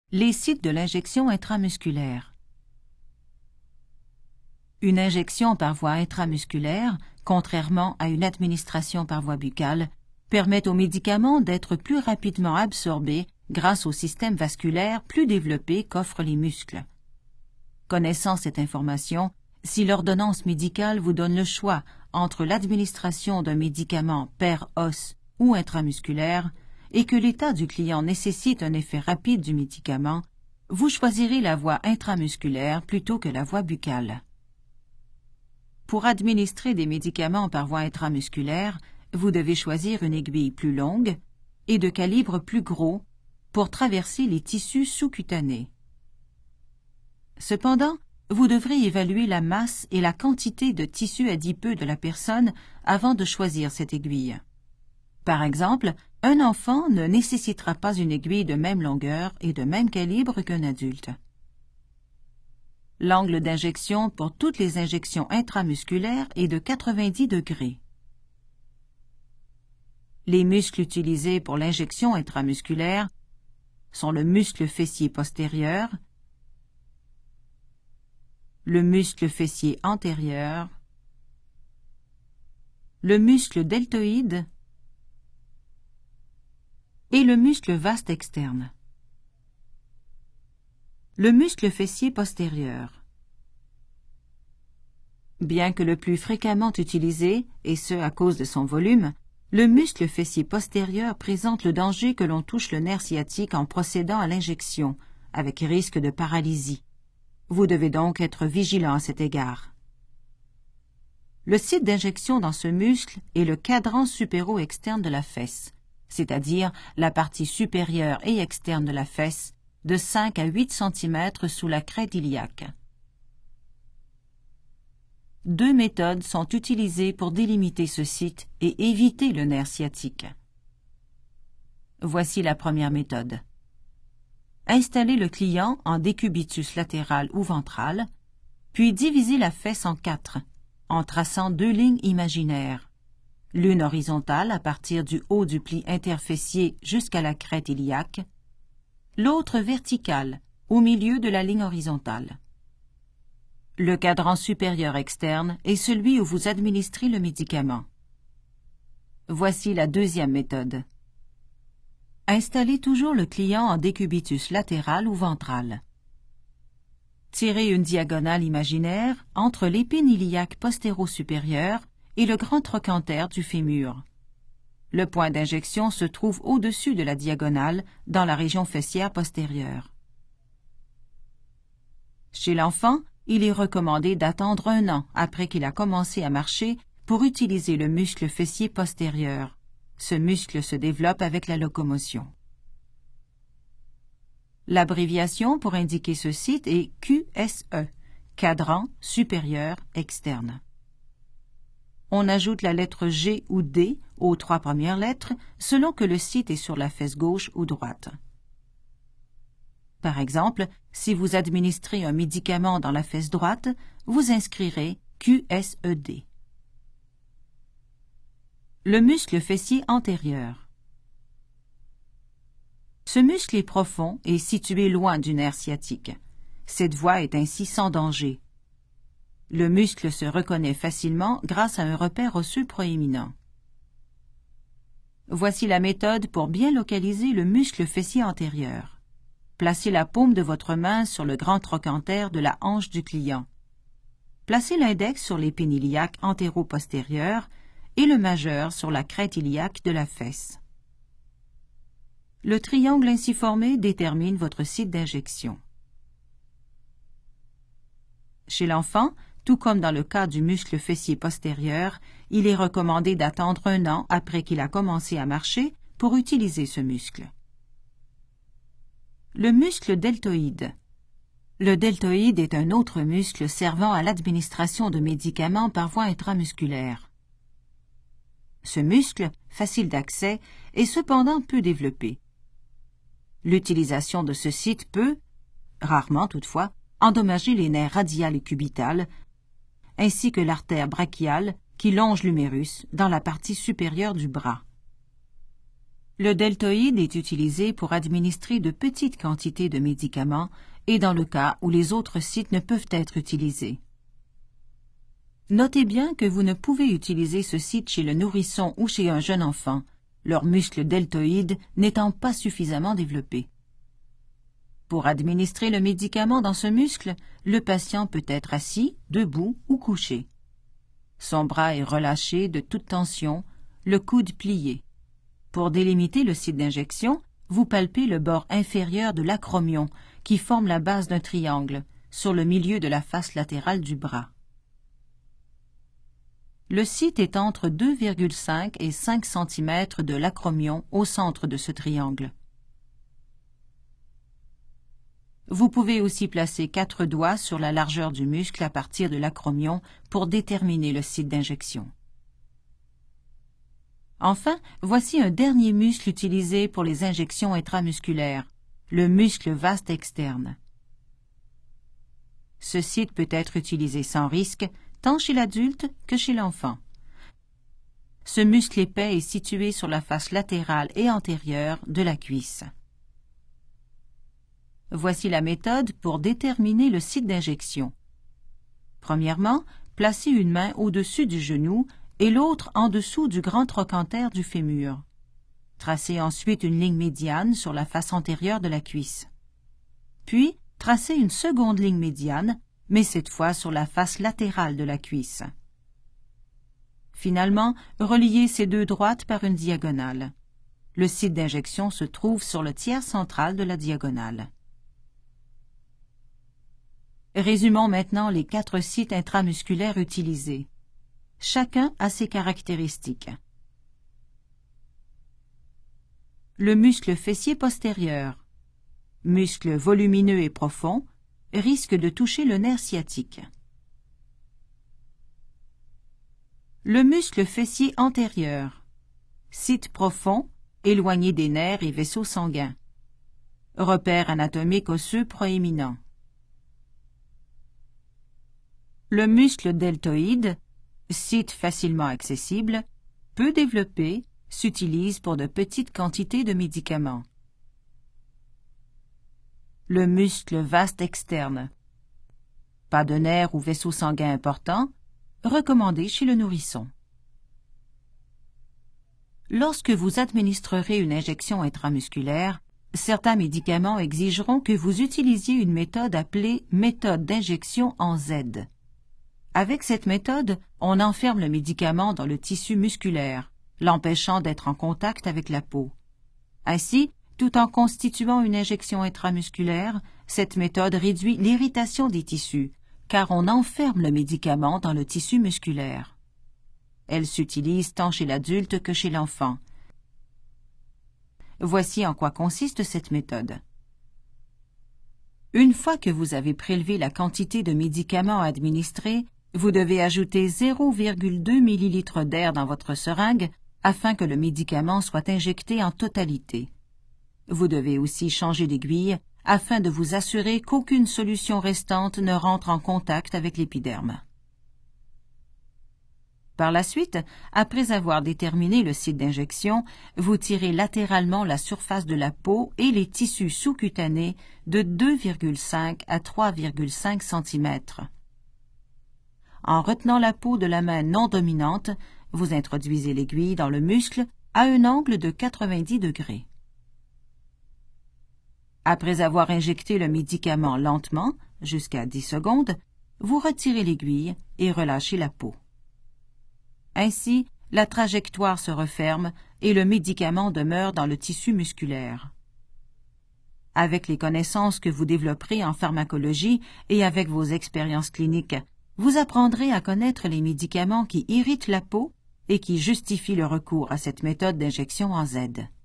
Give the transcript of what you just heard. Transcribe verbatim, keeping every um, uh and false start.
Les sites de l'injection intramusculaire. Une injection par voie intramusculaire, contrairement à une administration par voie buccale, permet aux médicaments d'être plus rapidement absorbés grâce au système vasculaire plus développé qu'offrent les muscles. Connaissant cette information, si l'ordonnance médicale vous donne le choix entre l'administration d'un médicament per-os ou intramusculaire, et que l'état du client nécessite un effet rapide du médicament, vous choisirez la voie intramusculaire plutôt que la voie buccale. Pour administrer des médicaments par voie intramusculaire, vous devez choisir une aiguille plus longue et de calibre plus gros pour traverser les tissus sous-cutanés. Cependant, vous devrez évaluer la masse et la quantité de tissu adipeux de la personne avant de choisir cette aiguille. Par exemple, un enfant ne nécessitera pas une aiguille de même longueur et de même calibre qu'un adulte. L'angle d'injection pour toutes les injections intramusculaires est de quatre-vingt-dix degrés. Les muscles utilisés pour l'injection intramusculaire sont le muscle fessier postérieur, le muscle fessier antérieur, le muscle deltoïde et le muscle vaste externe. Le muscle fessier postérieur. Bien que le plus fréquemment utilisé, et ce à cause de son volume, le muscle fessier postérieur présente le danger que l'on touche le nerf sciatique en procédant à l'injection, avec risque de paralysie. Vous devez donc être vigilant à cet égard. Le site d'injection dans ce muscle est le cadran supéro-externe de la fesse, c'est-à-dire la partie supérieure et externe de la fesse, de cinq à huit centimètres sous la crête iliaque. Deux méthodes sont utilisées pour délimiter ce site et éviter le nerf sciatique. Voici la première méthode. Installez le client en décubitus latéral ou ventral, puis divisez la fesse en quatre, en traçant deux lignes imaginaires. L'une horizontale à partir du haut du pli interfessier jusqu'à la crête iliaque, l'autre verticale au milieu de la ligne horizontale. Le cadran supérieur externe est celui où vous administrez le médicament. Voici la deuxième méthode. Installez toujours le client en décubitus latéral ou ventral. Tirez une diagonale imaginaire entre l'épine iliaque postéro-supérieure et le grand trochanter du fémur. Le point d'injection se trouve au-dessus de la diagonale, dans la région fessière postérieure. Chez l'enfant, il est recommandé d'attendre un an après qu'il a commencé à marcher pour utiliser le muscle fessier postérieur. Ce muscle se développe avec la locomotion. L'abréviation pour indiquer ce site est Q S E, cadran supérieur externe. On ajoute la lettre G ou D aux trois premières lettres selon que le site est sur la fesse gauche ou droite. Par exemple, si vous administrez un médicament dans la fesse droite, vous inscrirez Q S E D. Le muscle fessier antérieur. Ce muscle est profond et situé loin du nerf sciatique. Cette voie est ainsi sans danger. Le muscle se reconnaît facilement grâce à un repère osseux proéminent. Voici la méthode pour bien localiser le muscle fessier antérieur. Placez la paume de votre main sur le grand trochanter de la hanche du client. Placez l'index sur l'épine iliaque antéro-postérieure et le majeur sur la crête iliaque de la fesse. Le triangle ainsi formé détermine votre site d'injection. Chez l'enfant, tout comme dans le cas du muscle fessier postérieur, il est recommandé d'attendre un an après qu'il a commencé à marcher pour utiliser ce muscle. Le muscle deltoïde. Le deltoïde est un autre muscle servant à l'administration de médicaments par voie intramusculaire. Ce muscle, facile d'accès, est cependant peu développé. L'utilisation de ce site peut, rarement toutefois, endommager les nerfs radial et cubital, ainsi que l'artère brachiale qui longe l'humérus dans la partie supérieure du bras. Le deltoïde est utilisé pour administrer de petites quantités de médicaments et dans le cas où les autres sites ne peuvent être utilisés. Notez bien que vous ne pouvez utiliser ce site chez le nourrisson ou chez un jeune enfant, leur muscle deltoïde n'étant pas suffisamment développé. Pour administrer le médicament dans ce muscle, le patient peut être assis, debout ou couché. Son bras est relâché de toute tension, le coude plié. Pour délimiter le site d'injection, vous palpez le bord inférieur de l'acromion, qui forme la base d'un triangle, sur le milieu de la face latérale du bras. Le site est entre deux virgule cinq et cinq centimètres de l'acromion au centre de ce triangle. Vous pouvez aussi placer quatre doigts sur la largeur du muscle à partir de l'acromion pour déterminer le site d'injection. Enfin, voici un dernier muscle utilisé pour les injections intramusculaires, le muscle vaste externe. Ce site peut être utilisé sans risque, tant chez l'adulte que chez l'enfant. Ce muscle épais est situé sur la face latérale et antérieure de la cuisse. Voici la méthode pour déterminer le site d'injection. Premièrement, placez une main au-dessus du genou et l'autre en dessous du grand trochanter du fémur. Tracez ensuite une ligne médiane sur la face antérieure de la cuisse. Puis, tracez une seconde ligne médiane, mais cette fois sur la face latérale de la cuisse. Finalement, reliez ces deux droites par une diagonale. Le site d'injection se trouve sur le tiers central de la diagonale. Résumons maintenant les quatre sites intramusculaires utilisés. Chacun a ses caractéristiques. Le muscle fessier postérieur, muscle volumineux et profond, risque de toucher le nerf sciatique. Le muscle fessier antérieur, site profond, éloigné des nerfs et vaisseaux sanguins. Repère anatomique osseux proéminent. Le muscle deltoïde, site facilement accessible, peu développé, s'utilise pour de petites quantités de médicaments. Le muscle vaste externe, pas de nerfs ou vaisseaux sanguins importants, recommandé chez le nourrisson. Lorsque vous administrerez une injection intramusculaire, certains médicaments exigeront que vous utilisiez une méthode appelée méthode d'injection en Z. Avec cette méthode, on enferme le médicament dans le tissu musculaire, l'empêchant d'être en contact avec la peau. Ainsi, tout en constituant une injection intramusculaire, cette méthode réduit l'irritation des tissus, car on enferme le médicament dans le tissu musculaire. Elle s'utilise tant chez l'adulte que chez l'enfant. Voici en quoi consiste cette méthode. Une fois que vous avez prélevé la quantité de médicaments administrés, vous devez ajouter zéro virgule deux millilitres d'air dans votre seringue afin que le médicament soit injecté en totalité. Vous devez aussi changer d'aiguille afin de vous assurer qu'aucune solution restante ne rentre en contact avec l'épiderme. Par la suite, après avoir déterminé le site d'injection, vous tirez latéralement la surface de la peau et les tissus sous-cutanés de deux virgule cinq à trois virgule cinq centimètres. En retenant la peau de la main non dominante, vous introduisez l'aiguille dans le muscle à un angle de quatre-vingt-dix degrés. Après avoir injecté le médicament lentement, jusqu'à dix secondes, vous retirez l'aiguille et relâchez la peau. Ainsi, la trajectoire se referme et le médicament demeure dans le tissu musculaire. Avec les connaissances que vous développerez en pharmacologie et avec vos expériences cliniques, vous apprendrez à connaître les médicaments qui irritent la peau et qui justifient le recours à cette méthode d'injection en Z.